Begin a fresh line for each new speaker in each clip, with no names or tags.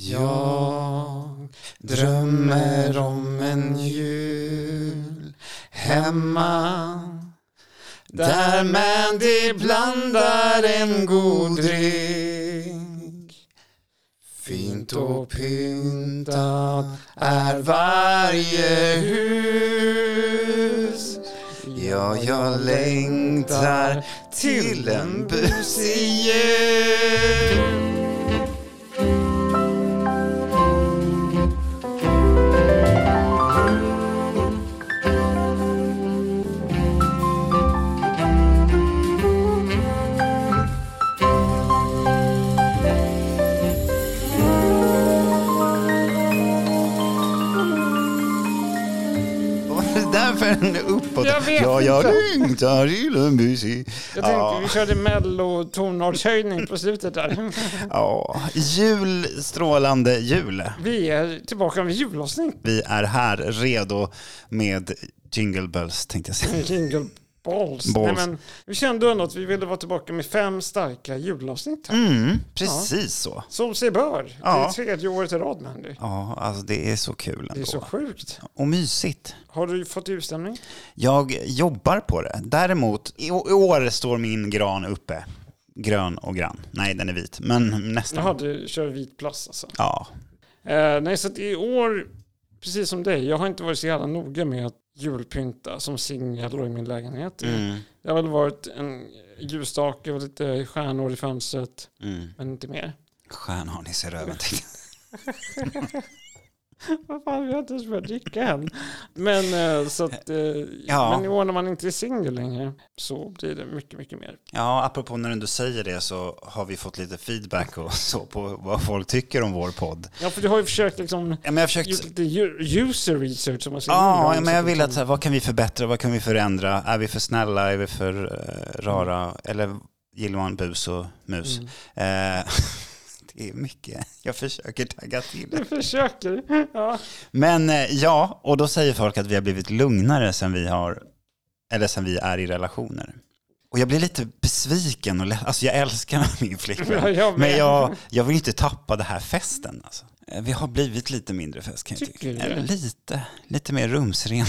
Jag drömmer om en jul hemma där Mandy blandar en god drink. Fint och pyntat är varje hus. Ja, jag längtar till en busig jul. Uppåt.
Jag vet
jag längtar till en busig.
Jag tänkte vi körde mello tonartshöjning på slutet där.
Ja, jul, strålande jul.
Vi är tillbaka med julavsnitt.
Vi är här redo med Jingle Bells, tänkte jag säga.
Jingle Balls. Nej, men vi kände ändå att vi ville vara tillbaka med 5 starka julavsnitt här.
Precis så.
Som sig bör. Det är 3:e året i rad, Mandy.
Ja, alltså det är så kul ändå.
Det är så sjukt.
Och mysigt.
Har du fått julstämning?
Jag jobbar på det. Däremot, i år står min gran uppe. Grön och grann. Nej, den är vit. Men nästan.
Jaha, du kör vit plast alltså.
Ja.
Nej, så att i år, precis som dig, jag har inte varit så jävla noga med att julpynta som singel och i min lägenhet. Det har väl varit en ljusstake och lite stjärnor i fönstret, men inte mer.
Stjärnor ni ser över.
Vad fan, vi har inte ens börjat dricka än. Men så att, men i år när man inte är singel längre så blir det mycket, mycket mer.
Ja, apropå när du säger det så har vi fått lite feedback och så på vad folk tycker om vår podd.
Ja, för du har ju försökt liksom lite user research som man säger.
Ja, men jag vill att vad kan vi förbättra, vad kan vi förändra? Är vi för snälla, är vi för rara eller gillar man bus och mus? Det är mycket. Jag försöker tagga till.
Du försöker, ja.
Men ja, och då säger folk att vi har blivit lugnare sen vi är i relationer. Och jag blir lite besviken. Alltså jag älskar min flickvän.
Ja,
men jag vill inte tappa det här festen. Alltså. Vi har blivit lite mindre fest kan jag tycka. Eller lite mer rumsrent.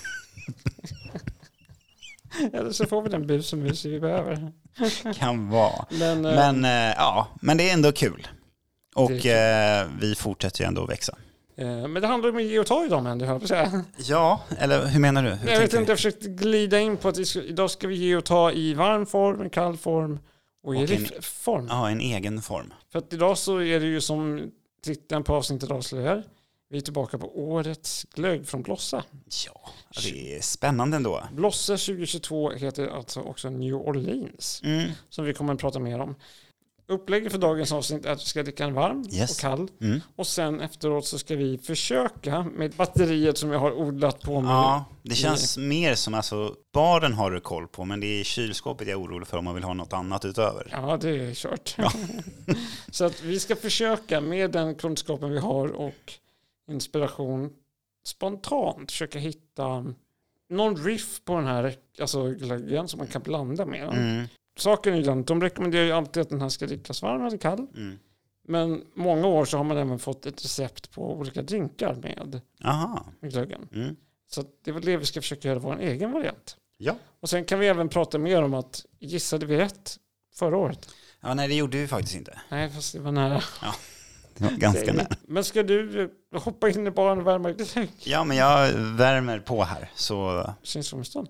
Eller så får vi den bus som vi behöver.
Kan vara. Men det är ändå kul. Och vi fortsätter ju ändå att växa.
Men det handlar om att ge och ta idag, men du hör på säga.
Ja, eller hur menar du?
Jag vet inte, jag försökte glida in på att idag ska vi ge och ta i varm form, kall form och i riffform.
Ja, en egen form.
För att idag så är det ju som titeln på avsnittet avslöjar. Vi är tillbaka på årets glögg från Blossa.
Ja, det är spännande ändå.
Blossa 2022 heter alltså också New Orleans. Som vi kommer att prata mer om. Upplägget för dagens avsnitt är att vi ska dricka en varm och kall. Och sen efteråt så ska vi försöka med batteriet som jag har odlat på mig.
Ja, det känns mer som, alltså, baren har du koll på, men det är kylskåpet jag är orolig för om man vill ha något annat utöver.
Ja, det är kört. Ja. Så att vi ska försöka med den kunskapen vi har och inspiration spontant försöka hitta någon riff på den här glöggen som man kan blanda med. Saken är ju den, de rekommenderar ju alltid att den här ska drickas varm eller kall. Men många år så har man även fått ett recept på olika drinkar med glöggen. Så det är väl det vi ska försöka göra vår egen variant.
Ja.
Och sen kan vi även prata mer om att gissade vi rätt förra året?
Ja, nej det gjorde vi faktiskt inte.
Nej, fast det var nära.
Ja. Det var ganska nära.
Men ska du hoppa in i baren och värma lite?
Ja, men jag värmer på här. Så
syns om en stund.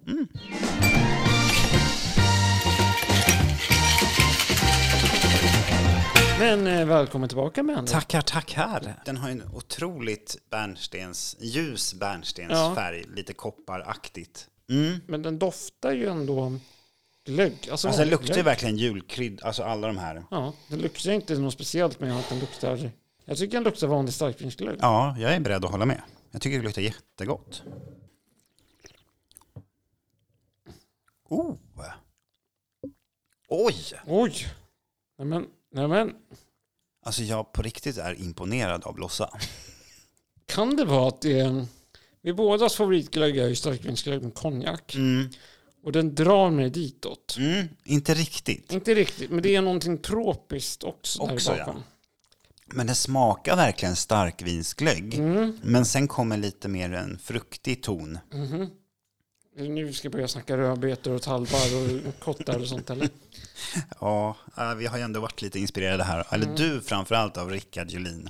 Men välkommen tillbaka med henne.
Tackar. Den har en otroligt ljus bärnstensfärg. Lite kopparaktigt.
Men den doftar ju ändå glögg. Alltså
den luktar ju verkligen julkrydd. Alltså alla de här.
Ja, den luktar inte något speciellt med att den luktar. Jag tycker den luktar vanlig starkvinsglögg.
Ja, jag är beredd att hålla med. Jag tycker det luktar jättegott. Oj!
Nämen.
Alltså jag på riktigt är imponerad av Blossa.
Kan det vara att det är... Vi bådas favoritglögg är ju starkvinsglögg med konjak. Och den drar mig ditåt.
Inte riktigt.
Inte riktigt, men det är någonting tropiskt också där bakom.
Men det smakar verkligen starkvinsglögg. Men sen kommer lite mer en fruktig ton.
Nu ska vi börja snacka rödbetor och talbar och kottar och sånt, eller?
Ja, vi har ju ändå varit lite inspirerade här. Eller du framförallt av Rickard Julin.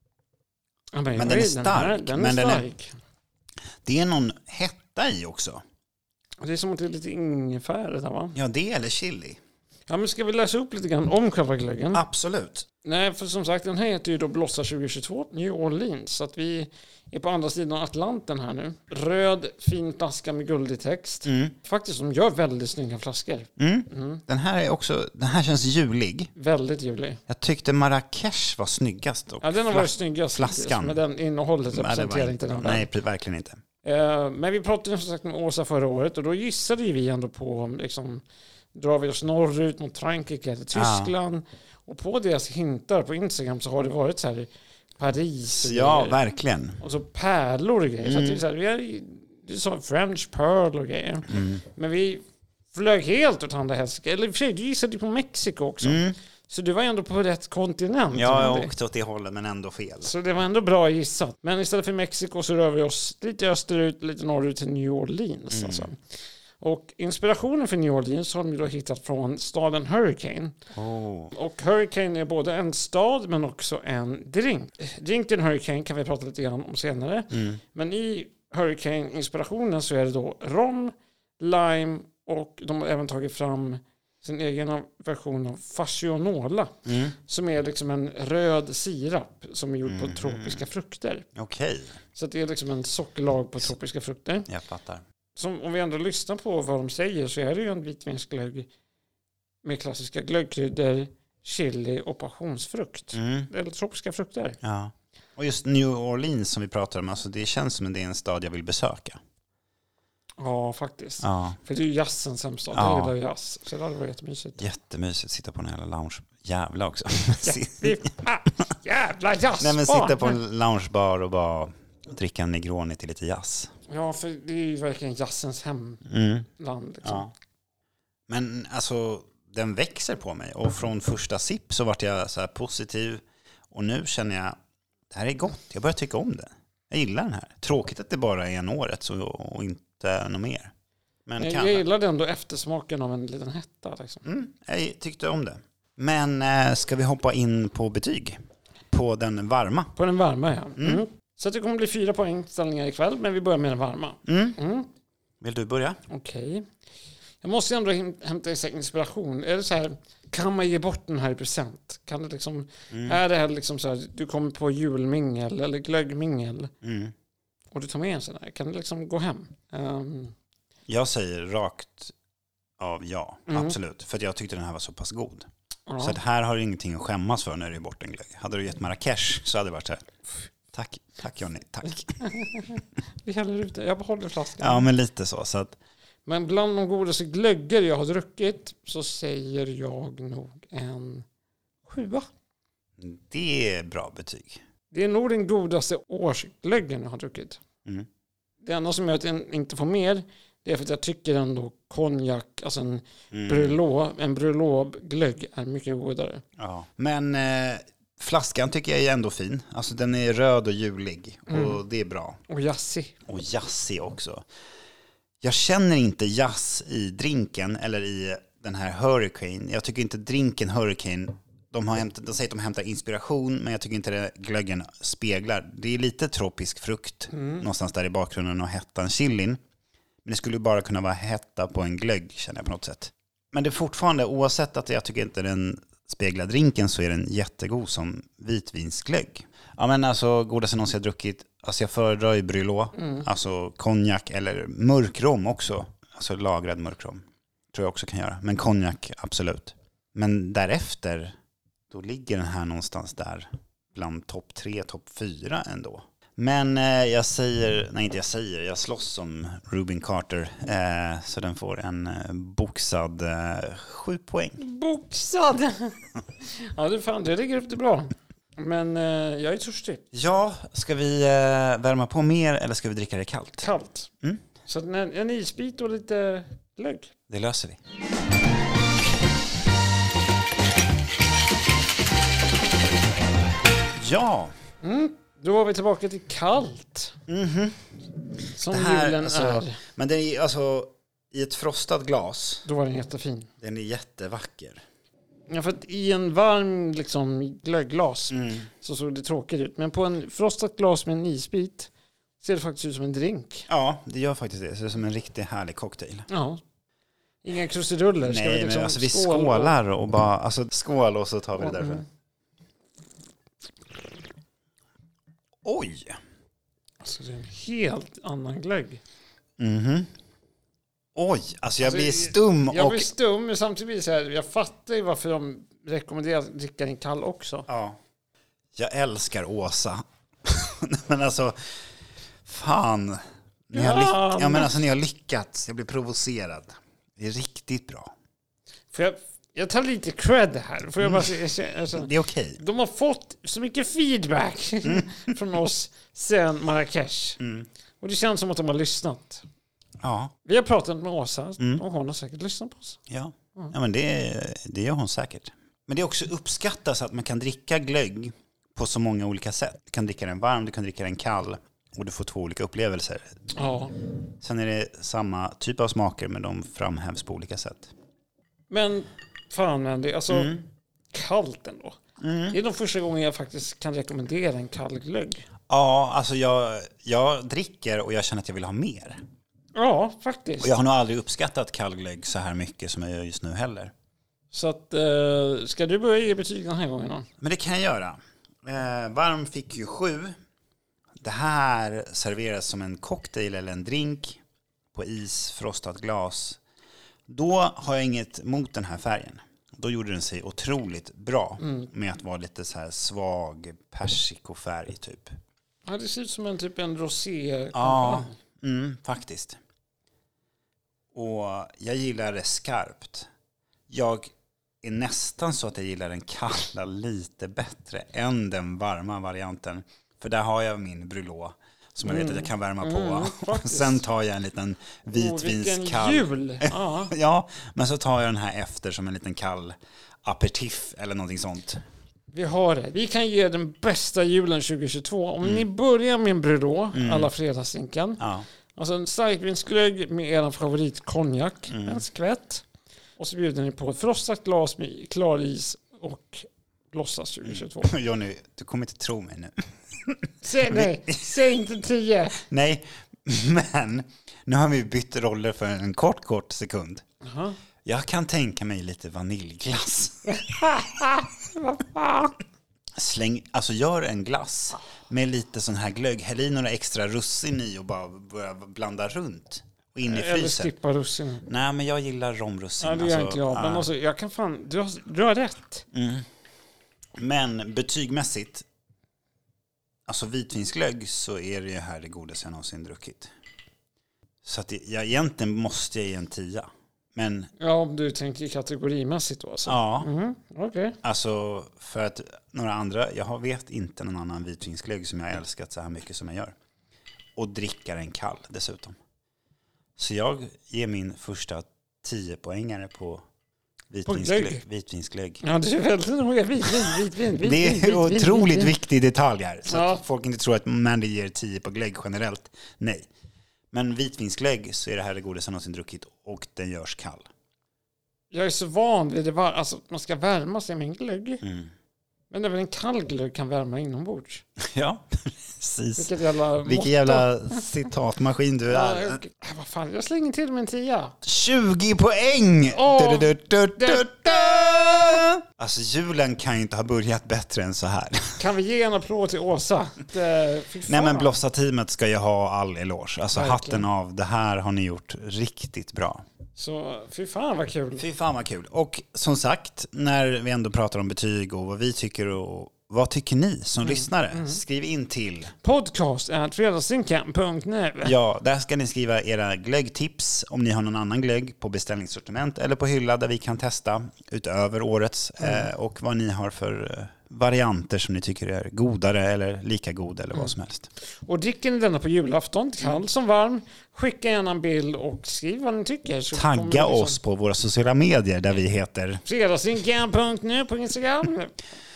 Ja,
men den är stark.
Den är stark.
Det är någon hetta i också.
Det är som att det är lite ingefära där, va?
Ja, det eller chili.
Ja, men ska vi läsa upp lite grann om själva glöggen?
Absolut.
Nej, för som sagt, den här heter ju då Blossa 2022, New Orleans. Så att vi är på andra sidan Atlanten här nu. Röd, fin flaska med guldig text. Faktiskt, de gör väldigt snygga flaskor.
Den här känns julig.
Väldigt julig.
Jag tyckte Marrakesh var snyggast. Och
ja, den har varit snyggast.
Flaskan.
Men den innehållet representerar inte den.
Nej, verkligen inte.
Men vi pratade som sagt med Åsa förra året och då gissade vi ändå på liksom, drar vi oss norrut mot Frankrike eller Tyskland. Och på deras hintar på Instagram så har det varit så här Paris.
Ja, verkligen.
Och så pärlor och grejer. Så att det är så här, det sa French pearl och grejer. Men vi flög helt åt andra hälsika. Eller i och för sig, du gissade på Mexiko också. Så du var ändå på rätt kontinent.
Ja, jag åkte åt det hållet men ändå fel.
Så det var ändå bra gissat. Men istället för Mexiko så rör vi oss lite österut, lite norrut till New Orleans. Alltså. Och inspirationen för New Orleans har de då hittat från staden Hurricane. Och Hurricane är både en stad men också en drink. Drinken Hurricane kan vi prata lite grann om senare. Men i Hurricane-inspirationen så är det då rom, lime och de har även tagit fram sin egen version av fascionola. Som är liksom en röd sirap som är gjord på tropiska frukter.
Okej.
Så det är liksom en sockerlag på tropiska frukter.
Jag fattar.
Som, om vi ändå lyssnar på vad de säger så är det ju en vitvinsglögg med klassiska glöggkryddor, chili och passionsfrukt. Eller tropiska frukter.
Ja. Och just New Orleans som vi pratar om, alltså det känns som att det är en stad jag vill besöka.
Ja, faktiskt.
Ja.
För det är ju jazzens hemstad. Jag gillar jazz. Så det hade varit jättemysigt.
Jättemysigt. Sitta på en jävla lounge. Jävla också.
Jävla jazzbar.
Nej, men sitta på en loungebar och bara dricka en Negroni till lite jazz.
Ja, för det är ju verkligen jazzens hemland. Liksom.
Ja. Men alltså, den växer på mig. Och från första sipp så vart jag så här positiv. Och nu känner jag, det här är gott. Jag börjar tycka om det. Jag gillar den här. Tråkigt att det bara är en året och inte något mer. Men
jag gillade ändå eftersmaken av en liten hetta. Liksom.
Jag tyckte om det. Men ska vi hoppa in på betyg? På den varma?
På den varma, ja. Så det kommer bli 4 poängställningar ikväll, men vi börjar med den varma.
Vill du börja?
Okej. Jag måste ändå hämta inspiration. Är det så här, kan man ge bort den här i present? Kan det liksom, är det här liksom så här, du kommer på julmingel eller glöggmingel och du tar med en sån här, kan det liksom gå hem?
Jag säger rakt av ja, absolut. För att jag tyckte den här var så pass god. Ja. Så att här har du ingenting att skämmas för när du är bort en glögg. Hade du gett Marrakesh så hade det varit så här. Tack Johnny, tack.
Vi häller ut det, jag behåller flaskan.
Ja, men lite så att...
Men bland de godaste glöggar jag har druckit så säger jag nog en 7.
Det är bra betyg.
Det är nog den godaste årsglöggen jag har druckit. Det enda som gör att jag inte får mer, det är för att jag tycker ändå konjak, alltså en Brulot-glögg är mycket godare.
Ja. Men flaskan tycker jag är ändå fin. Alltså den är röd och julig och det är bra.
Och jazzig.
Och jazzig också. Jag känner inte jazz i drinken eller i den här Hurricane. Jag tycker inte drinken Hurricane, de säger att de hämtar inspiration, men jag tycker inte det glöggen speglar. Det är lite tropisk frukt någonstans där i bakgrunden och hettan chilin. Men det skulle bara kunna vara hetta på en glögg, känner jag på något sätt. Men det är fortfarande, oavsett att jag tycker inte den speglar drinken, så är den jättegod som vitvinsglögg. Ja, men alltså godaste någonsin jag druckit, alltså jag föredrar ju Brulot, alltså konjak eller mörkrom också. Alltså lagrad mörkrom tror jag också kan göra. Men konjak, absolut. Men därefter, då ligger den här någonstans där bland topp 3, topp 4 ändå. Men jag slåss som Rubin Carter, så den får en boxad 7 poäng.
Boxad? Ja, det ligger upp det bra. Men jag är törstig.
Ja, ska vi värma på mer eller ska vi dricka det kallt?
Kallt. Så en isbit och lite glögg.
Det löser vi. Ja.
Då var vi tillbaka till kallt. Som
Det här,
julen
alltså,
är.
Men det är alltså i ett frostat glas.
Då var den jättefin.
Den är jättevacker.
Ja, för att i en varm liksom, glögglas så såg det tråkigt ut. Men på en frostat glas med en isbit ser det faktiskt ut som en drink.
Ja, det gör faktiskt det. Så det är som en riktigt härlig cocktail.
Ja. Inga krusiduller.
Nej, vi, liksom, men alltså, vi skålar och bara... Alltså skål och så tar vi det därför. Oj!
Alltså det är en helt annan glögg.
Oj, alltså jag blir stum.
Jag blir stum, men samtidigt så här, jag fattar ju varför de rekommenderar att dricka den kall också.
Ja. Jag älskar Åsa. Men alltså, fan. Ni har lyckats. Jag blir provocerad. Det är riktigt bra.
För jag tar lite cred här. Får jag bara säga, alltså,
det är okej.
De har fått så mycket feedback från oss sen Marrakesh. Och det känns som att de har lyssnat.
Ja.
Vi har pratat med Åsa och hon har säkert lyssnat på oss.
Ja, men det gör hon säkert. Men det är också uppskattas att man kan dricka glögg på så många olika sätt. Du kan dricka den varm, du kan dricka den kall och du får 2 olika upplevelser.
Ja.
Sen är det samma typ av smaker men de framhävs på olika sätt.
Men fan, det är alltså kallt ändå. Det är de första gången jag faktiskt kan rekommendera en kall glögg.
Ja, alltså jag dricker och jag känner att jag vill ha mer.
Ja, faktiskt.
Och jag har nog aldrig uppskattat kallglögg så här mycket som jag gör just nu heller.
Så att, ska du börja ge betyg den här gången då?
Men det kan jag göra. Varm fick ju 7. Det här serveras som en cocktail eller en drink på is, frostat glas. Då har jag inget mot den här färgen. Då gjorde den sig otroligt bra med att vara lite så här svag persikofärg typ.
Ja, det ser ut som en rosé.
Ja, faktiskt. Och jag gillar det skarpt. Jag är nästan så att jag gillar den kalla lite bättre än den varma varianten. För där har jag min brûlot som jag vet att jag kan värma på. Och sen tar jag en liten vitvinskall.
Jul!
Ja, men så tar jag den här efter som en liten kall aperitif eller någonting sånt.
Vi har det. Vi kan ge den bästa julen 2022. Om ni börjar med en brûlot, alla fredagsdrinken.
Ja.
Alltså en starkvinsglögg med er favorit konjak, en skvätt. Och så bjuder ni på ett frostat glas med klar is och låtsas 2022.
Johnny, du kommer inte tro mig nu.
Säg inte 10.
Nej, men nu har vi bytt roller för en kort sekund. Jag kan tänka mig lite vaniljglass.
Vad fan?
Alltså gör en glass med lite sån här glögg. Häll i några extra russin i och bara börja blanda runt. Och in i frysen.
Eller skippa russin.
Nej, men jag gillar romrussin.
Ja, det gör inte jag. Men alltså, jag kan fan... Du har rätt.
Men betygmässigt, alltså vitvinsglögg, så är det ju här det godaste jag någonsin druckit. Så att egentligen måste jag ge en 10. Men,
ja, om du tänker kategorimässigt då. Alltså.
Ja.
Okay.
Alltså för att några andra, jag vet inte någon annan vitvinsglögg som jag älskat så här mycket som jag gör. Och dricka den kall dessutom. Så jag ger min första 10-poängare på vitvinsglögg.
Ja, det är väldigt noga. Vitvin.
Det är en otroligt viktig detalj här. Så att folk inte tror att man ger 10 på glögg generellt. Nej. Men vitvinsglögg så är det här det godaste jag någonsin druckit och den görs kall. Jag är
så van vid det. Alltså, man ska värma sig med en glögg. Men även en kall glögg kan värma inombords.
Ja, precis.
Vilken
jävla citatmaskin du är.
Vad fan, jag slänger till med en 10.
20 poäng! Alltså julen kan ju inte ha börjat bättre än så här.
Kan vi ge en applåd till Åsa?
Nej, men Blossa-teamet ska ju ha all eloge. Alltså hatten av, det här har ni gjort riktigt bra.
Så fy fan vad kul.
Fy fan vad kul. Och som sagt, när vi ändå pratar om betyg och vad vi tycker och vad tycker ni som lyssnare? Skriv in till
podcast@fredagsdrinken.nu.
Ja, där ska ni skriva era glöggtips om ni har någon annan glögg på beställningssortiment eller på hylla där vi kan testa utöver årets och vad ni har för varianter som ni tycker är godare eller lika god eller vad som helst.
Och dricker ni denna på julafton, kall som varm, skicka gärna en bild och skriv vad ni tycker. Så
tagga oss på våra sociala medier där vi heter
fredagsdrinken.nu på Instagram.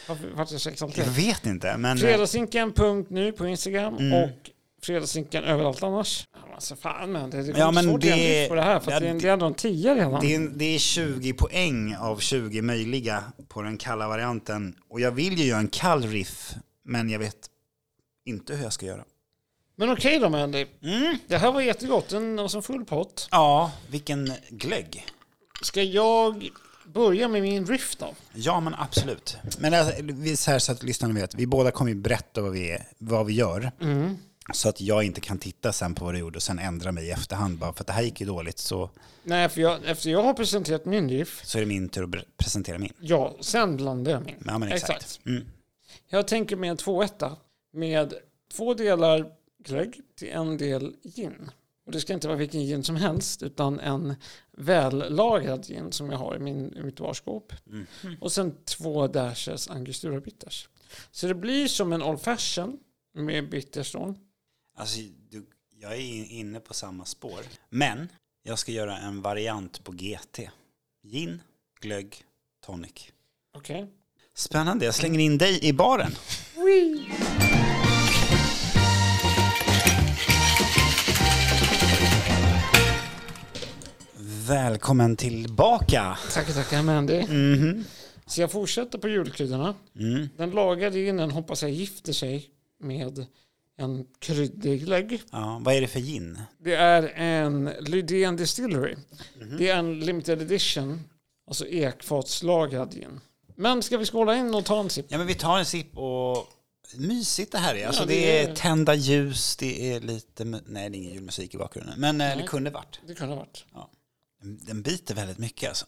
Varför jag så exalterad?
Jag vet inte, men...
Fredagssinken.nu på Instagram och Fredagssinken överallt annars. Alltså fan, men det är svårt att få det här, för det är ändå en 10 redan.
Det är 20 poäng av 20 möjliga på den kalla varianten. Och jag vill ju göra en kall riff, men jag vet inte hur jag ska göra.
Men okej då, Mandy. Det här var jättegott. En som full pott.
Ja, vilken glögg.
Ska jag börja med min riff då?
Ja, men absolut. Men vi så här så att lyssnarna vet. Vi båda kommer ju berätta vad vi gör. Så att jag inte kan titta sen på vad du gjorde och sen ändra mig i efterhand. Bara för att det här gick ju dåligt så... Nej,
efter jag har presenterat min riff...
Så är det min tur att presentera min.
Ja, sen blandar jag min.
Ja, men exakt.
Jag tänker med en 2-1 med 2 delar glögg till 1 del gin. Och det ska inte vara vilken gin som helst, utan en vällagrad gin som jag har i mitt varskåp. Och sen 2 dashes angostura bitters. Så det blir som en old fashion med bitters då.
Alltså, jag är inne på samma spår. Men jag ska göra en variant på GT. Gin, glögg, tonic.
Okej.
Spännande, jag slänger in dig i baren.
Wee.
Välkommen tillbaka.
Tackar, Mandy. Så jag fortsätter på julkryddorna. Den lagade ginen hoppas jag gifter sig med en kryddig glögg.
Ja, vad är det för gin?
Det är en Lydén Distillery. Det är en limited edition, alltså ekfatslagrad gin. Men ska vi skåla in och ta en sipp?
Ja, men vi tar en sipp och mysigt det här är. Alltså det är tända ljus, det är lite... Nej, det är ingen julmusik i bakgrunden. Men det kunde varit.
Det kunde varit.
Ja. Den biter väldigt mycket alltså.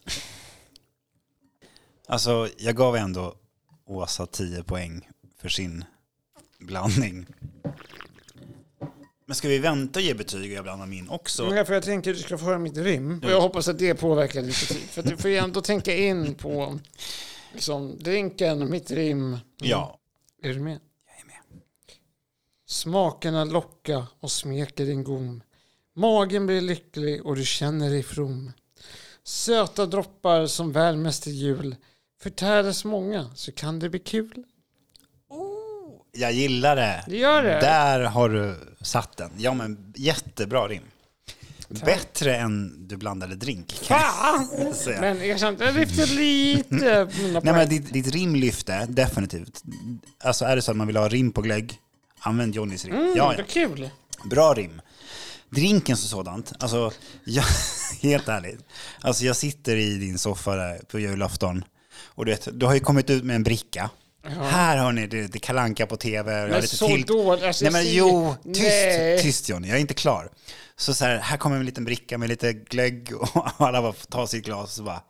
Alltså, jag gav ändå Åsa 10 poäng för sin blandning. Men ska vi vänta och ge betyg och jag blandar min också?
Ja, för jag tänker att du ska få höra mitt rim. Och jag hoppas att det påverkar lite tid. För du får ju ändå tänka in på liksom, drinken, mitt rim.
Ja.
Är du med?
Jag är med.
Smakerna locka och smeker din gom. Magen blir lycklig och du känner dig from. Söta droppar som värmes till jul. Förtäres många så kan det bli kul.
Jag gillar det.
Det gör det.
Där har du satt den. Ja, men jättebra rim. Tack. Bättre än du blandade drink.
Fan! Men jag kände att jag lyfte lite.
Nej, men ditt rim lyfte definitivt. Alltså är det så att man vill ha rim på glögg, använd Johnnys rim.
Ja. Det är kul.
Bra rim. Drinken så sådant. Alltså, helt ärligt. Alltså jag sitter i din soffa där på julafton. Och du har ju kommit ut med en bricka. Ja. Här har ni det Kalle Anka på tv.
Men lite så dåligt. Alltså,
nej men tyst Johnny, jag är inte klar. Så här kommer en liten bricka med lite glögg och alla bara tar sitt glas och så bara...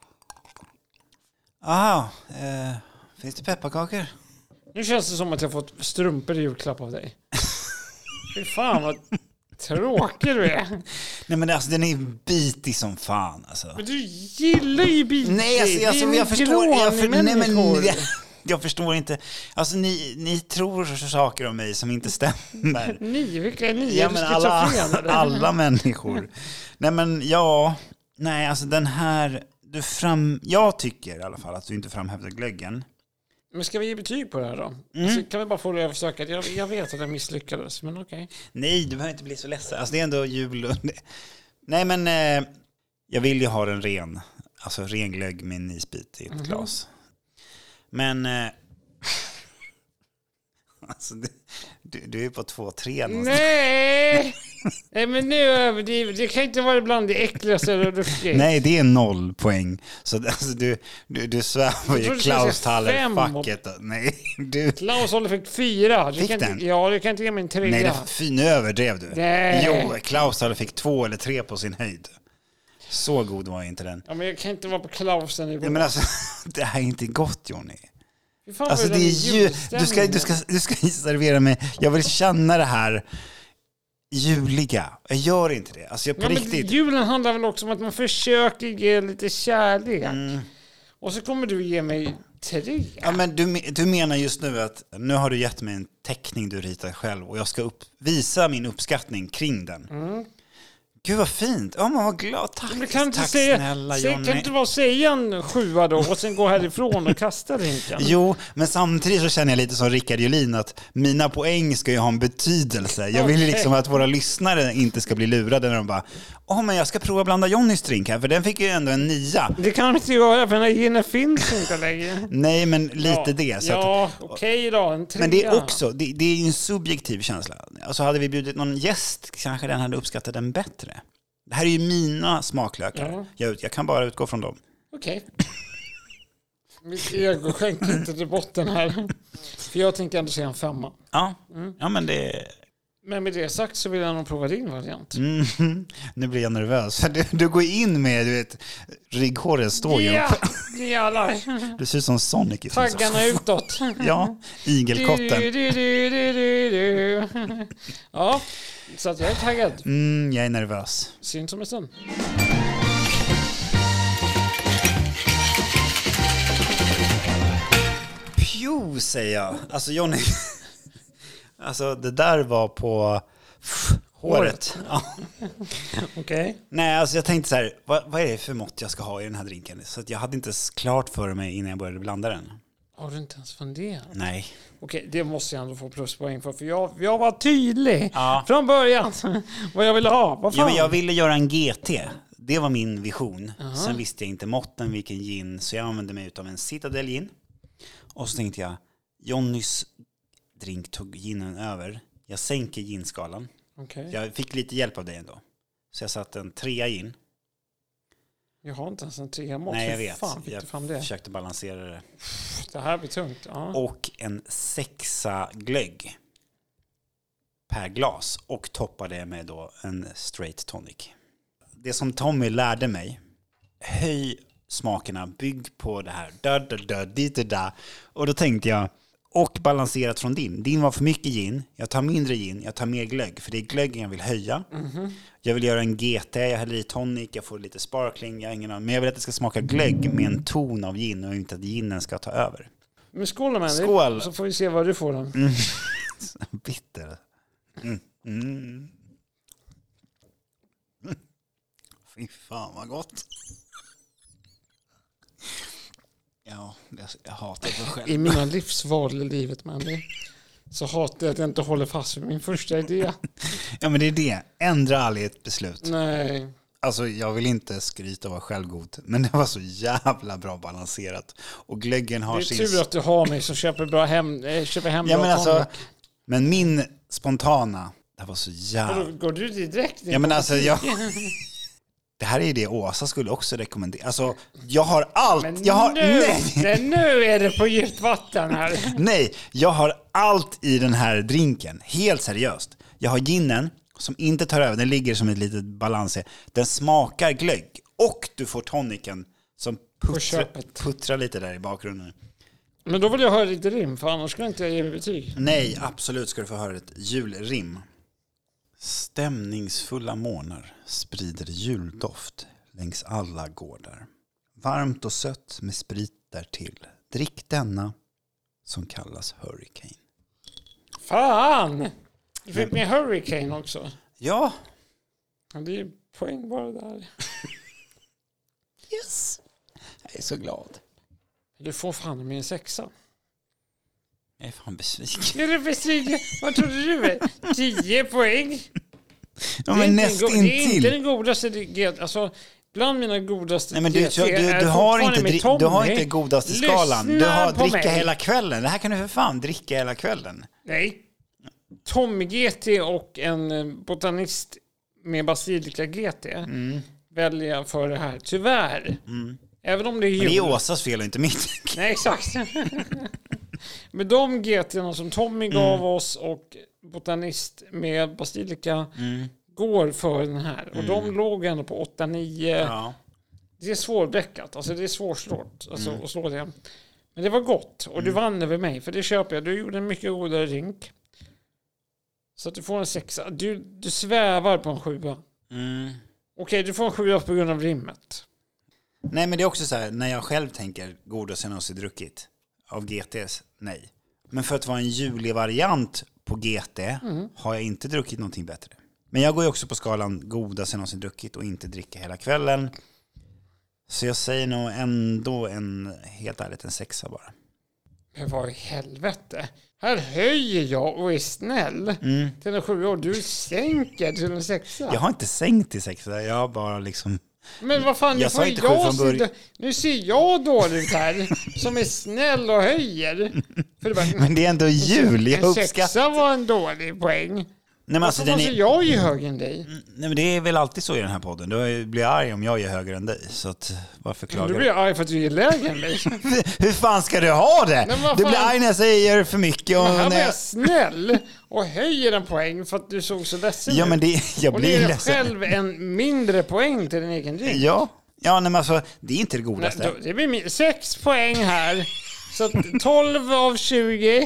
finns det pepparkakor?
Nu känns det som att jag fått strumpor i julklapp av dig. Fy fan vad tråkig du är.
Nej men alltså den är bitig som fan alltså.
Men du gillar ju bitig.
Nej alltså jag förstår. Jag förstår inte. Alltså ni tror saker om mig som inte stämmer.
Vilka är ni?
Ja, men alla människor. Nej men nej alltså den här jag tycker i alla fall att du inte framhävde glöggen.
Men ska vi ge betyg på det här då? Alltså, kan vi bara få det att försöka? Jag vet att jag misslyckades, men okej.
Nej, du behöver inte bli så ledsen. Alltså det är ändå jul. Nej men jag vill ju ha en ren glögg med en isbit i ett glas. Men alltså du är på 2-3 någonstans.
Nej, men nu överdriver. Det kan inte vara bland det äckligaste du druckit.
Nej, det är 0 poäng. Så alltså, du svär ju Klaus-Taller-facket. Nej,
Klaus-Taller fick 4.
Fick den?
Du kan inte ge mig en 3.
Nej, nu överdrev du.
Nej.
Jo, Klaus-Taller fick 2 eller 3 på sin höjd. Så god var inte den.
Ja, men jag kan inte vara på Klausen nivå.
Ja, men alltså, det här är inte gott, Johnny.
Fan,
alltså det är du ska servera mig. Jag vill känna det här juliga. Jag gör inte det. Alltså på riktigt.
Men julen handlar väl också om att man försöker ge lite kärlek. Och så kommer du ge mig 3.
Ja, men du menar just nu att nu har du gett mig en teckning du ritar själv och jag ska visa min uppskattning kring den. Gud vad fint. Man var glad. Tack,
Men kan
tack
säga,
snälla Johnny.
Kan inte bara säga en 7 då och sen gå härifrån och kasta drinken?
Jo, men samtidigt så känner jag lite som Rickard Julin att mina poäng ska ju ha en betydelse. Jag vill liksom att våra lyssnare inte ska bli lurade när de bara men jag ska prova blanda Johnnys drink här, för den fick ju ändå en 9.
Det kan de inte göra, för den här ginen finns inte längre.
Nej, men lite det. Så
okej då, en 3.
Men det är också, det är ju en subjektiv känsla. Alltså hade vi bjudit någon gäst kanske den hade uppskattat den bättre. Det här är ju mina smaklökar. Jag kan bara utgå från dem.
Okej. Mitt ego skänker inte till botten här. För jag tänker ändå säga en 5.
Ja, men det...
Men med det sagt så vill jag nog prova din variant.
Nu blir jag nervös. Du går in med, du vet, rygghåret står ju.
Ja, jävlar.
Du ser ut som Sonic.
Taggarna utåt.
Ja, igelkotten.
Ja, så att jag är taggad.
Jag är nervös.
Syns som en stund.
Pju, säger jag. Alltså Johnny... Alltså det där var på håret. Ja.
Okej.
Nej, alltså jag tänkte så här, vad är det för mått jag ska ha i den här drinken? Så att jag hade inte klart för mig innan jag började blanda den.
Har du inte ens funderat?
Nej.
Okej, det måste jag ändå få pluspoäng för jag var tydlig från början vad jag ville ha. Vad fan?
Ja, men jag ville göra en GT. Det var min vision. Sen visste jag inte måtten, vilken gin, så jag använde mig av en Citadel gin. Och så tänkte jag, Johnnys drink tog ginen över. Jag sänker ginskalan.
Okay.
Jag fick lite hjälp av dig ändå. Så jag satte en 3 gin.
Jag har inte ens en 3 mått.
Nej, jag vet.
Fan, fick du fram det?
Försökte balansera det.
Det här blir tungt. Ja.
Och en 6 glögg per glas. Och toppade det med då en straight tonic. Det som Tommy lärde mig, höj smakerna, bygg på det här. Dit. Och då tänkte jag, och balanserat från din. Din var för mycket gin. Jag tar mindre gin. Jag tar mer glögg. För det är glöggen jag vill höja. Jag vill göra en GT. Jag häller i tonic. Jag får lite sparkling. Jag har ingen aning. Men jag vill att det ska smaka glögg med en ton av gin. Och inte att ginen ska ta över.
Men skål med
skål.
Så får vi se vad du får då.
Bitter. Fy fan vad gott. Ja, jag hatar det själv.
I mina livsval i livet, man. Så hatar jag att jag inte håller fast vid min första idé.
Ja, men det är det. Ändra aldrig ett beslut.
Nej.
Alltså, jag vill inte skryta och vara självgod. Men det var så jävla bra balanserat. Och glöggen har sin...
Det är tur att du har mig som köper hem
ja,
bra
men alltså,
tonic.
men min spontana, det var så jävla...
Går du direkt?
Ja, men alltså, det här är det Åsa skulle också rekommendera. Alltså, jag har allt.
Men
jag har,
nu är det på djupt vatten här.
Nej, jag har allt i den här drinken. Helt seriöst. Jag har ginen som inte tar över. Den ligger som ett litet balans. Den smakar glögg. Och du får toniken som puttrar lite där i bakgrunden.
Men då vill jag höra lite rim, för annars ska jag inte ge betyg.
Nej, absolut ska du få höra ett julrim. Stämningsfulla månar sprider juldoft längs alla gårdar. Varmt och sött med sprit därtill. Drick denna som kallas Hurricane.
Fan! Du fick med Hurricane också.
Ja.
Det är poäng bara där.
Yes. Jag är så glad.
Du får fan med en 6.
Jag är fan besviken.
Är du besviken? Vad trodde du? 10 poäng?
Ja, men nästintill.
Det är inte den godaste... Alltså, bland mina godaste...
Nej, men du har inte godaste skalan. Du har dricka hela kvällen. Det här kan du för fan dricka hela kvällen.
Nej. Tommy GT och en botanist med basilika GT välja för det här. Tyvärr. Även om det är jul.
Men det är Åsas fel och inte mitt.
Nej, exakt. Med de GT:na som Tommy gav oss och botanist med basilika går för den här. Och de låg ändå på 8-9. Ja. Det är svårbäckat. Alltså det är svårslått att slå det. Men det var gott. Och du vann över mig. För det köper jag. Du gjorde en mycket godare drink. Så att du får en 6. Du svävar på en 7. Okej, du får en 7 på grund av rimmet.
Nej, men det är också så här, när jag själv tänker godaste jag någonsin druckit av GTs, nej. Men för att vara en julig variant på GT har jag inte druckit någonting bättre. Men jag går ju också på skalan godaste jag någonsin druckit och inte dricka hela kvällen. Så jag säger nog ändå helt ärligt en 6 bara.
Men vad i helvete? Här höjer jag och är snäll till en 7 år. Du sänker till en 6.
Jag har inte sänkt till 6, jag har bara liksom...
Men vad fan,
jag sa inte 7 från början.
Nu ser jag dåligt här som är snäll och höjer. För bara,
men det är ändå jul, jag
uppskattar. En 6
uppskattar.
var en dålig poäng.
Nej, men alltså,
jag är ju högre än dig.
Nej, men det är väl alltid så i den här podden. Du blir arg om jag är högre än dig. Så att, varför klagar du?
Du blir arg för att du är lägre än mig.
Hur fan ska du ha det? Du blir arg när jag säger för mycket. Och
här var jag snäll och höjer en poäng för att du såg så ledsen
ja, men jag blir ledsen.
Och det är själv en mindre poäng till din egen drink.
Ja, men alltså, det är inte det godaste.
Nej, det blir 6 poäng här. Så 12 av 20.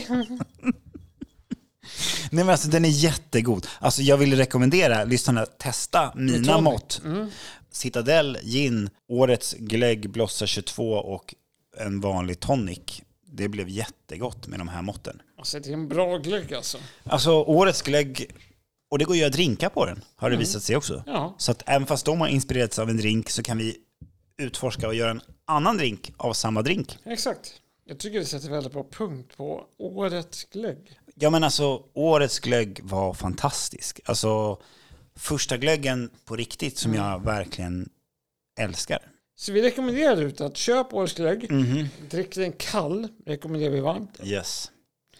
Nej, men alltså den är jättegod. Alltså jag vill rekommendera lyssnarna att testa mina mått. Citadel, gin, årets glögg, blossa 22 och en vanlig tonic. Det blev jättegott med de här måtten.
Alltså det är en bra glögg alltså.
Alltså årets glögg, och det går ju att drinka på den, har det visat sig också.
Ja.
Så att även fast de har inspirerats av en drink så kan vi utforska och göra en annan drink av samma drink.
Exakt. Jag tycker det sätter väldigt bra punkt på årets glögg.
Ja, men alltså årets glögg var fantastisk. Alltså första glöggen på riktigt som jag verkligen älskar.
Så vi rekommenderar ut att köp årets glögg. Drick den kall, rekommenderar vi varmt.
Yes.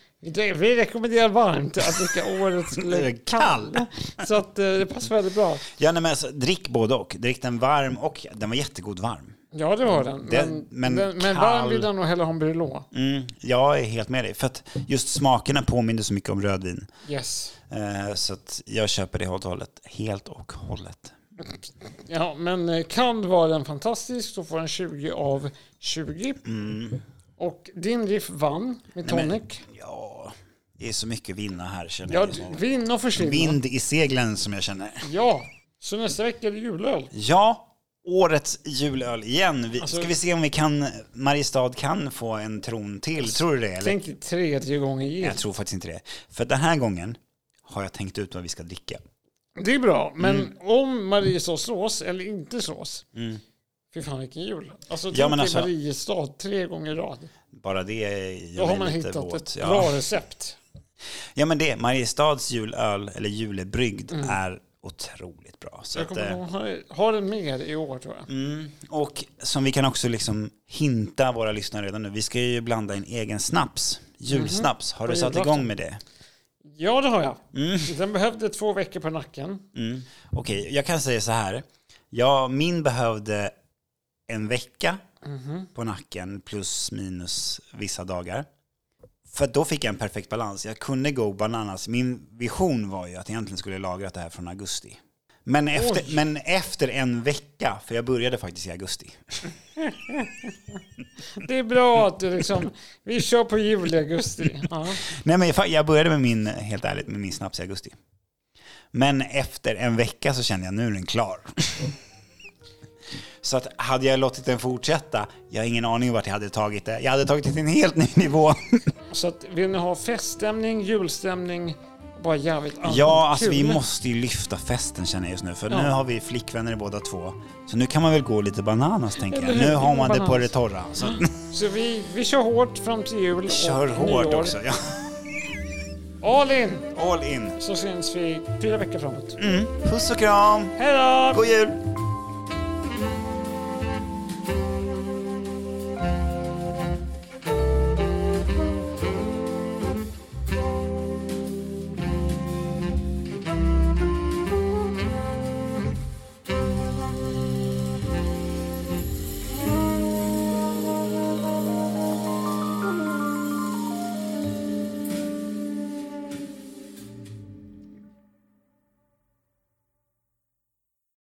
Vi rekommenderar varmt att dricka årets glögg kall. Så att det passar väldigt bra.
Ja, men alltså, drick både och. Drick den varm och den var jättegod varm.
Ja, det var den. Men varm vill den nog hellre ha en Brylå.
Jag är helt med dig. För att just smakerna påminner så mycket om rödvin.
Yes.
Så att jag köper det helt och hållet.
Ja, men kan vara den fantastisk. Då får den 20 av 20. Och din riff vann med tonic.
Ja, det är så mycket vinna här känner
jag.
Ja,
vinn och försvinna.
Vind i seglen som jag känner.
Ja, så nästa vecka är det julöl.
Ja, årets julöl igen. Ska vi se om vi Mariestad kan få en tron till. Tror du det? Eller?
Tänk dig 3 gånger gilt.
Jag tror faktiskt inte det. För den här gången har jag tänkt ut vad vi ska dricka.
Det är bra, men om Mariestad slås eller inte slås. Fy fan vilken jul. Alltså tänk dig Mariestad 3 gånger i rad.
Bara det gör
då har man
lite
hittat
våt.
ett bra recept.
Ja, men det, Mariestads julöl eller julebrygd är otroligt bra. Så
jag kommer ha den mer i år tror jag.
Och som vi kan också liksom hinta våra lyssnare redan nu. Vi ska ju blanda en egen snaps. Julsnaps. Har du satt igång med det?
Ja, det har jag. Den behövde 2 veckor på nacken.
Okej, jag kan säga så här. Min behövde en vecka på nacken plus minus vissa dagar. För då fick jag en perfekt balans. Jag kunde gå bananas. Min vision var ju att jag egentligen skulle lagra det här från augusti. Men efter en vecka, för jag började faktiskt i augusti.
Det är bra att du vi kör på jul i augusti. Ja.
Nej, men jag började med helt ärligt, med min snaps i augusti. Men efter en vecka så kände jag nu är den klar. Så att hade jag låtit den fortsätta, jag har ingen aning om vart jag hade tagit det. Jag hade tagit det till en helt ny nivå. Så att
vill ni ha feststämning, julstämning, bara jävligt
ja, alltså vi måste ju lyfta festen känner jag just nu. För nu har vi flickvänner i båda två. Så nu kan man väl gå lite bananas tänker jag. Nu har man det på det torra.
Så vi kör hårt fram till jul.
Kör hårt också, ja.
All in!
All in.
Så syns vi 4 veckor framåt.
Puss och kram!
Hej då!
God jul!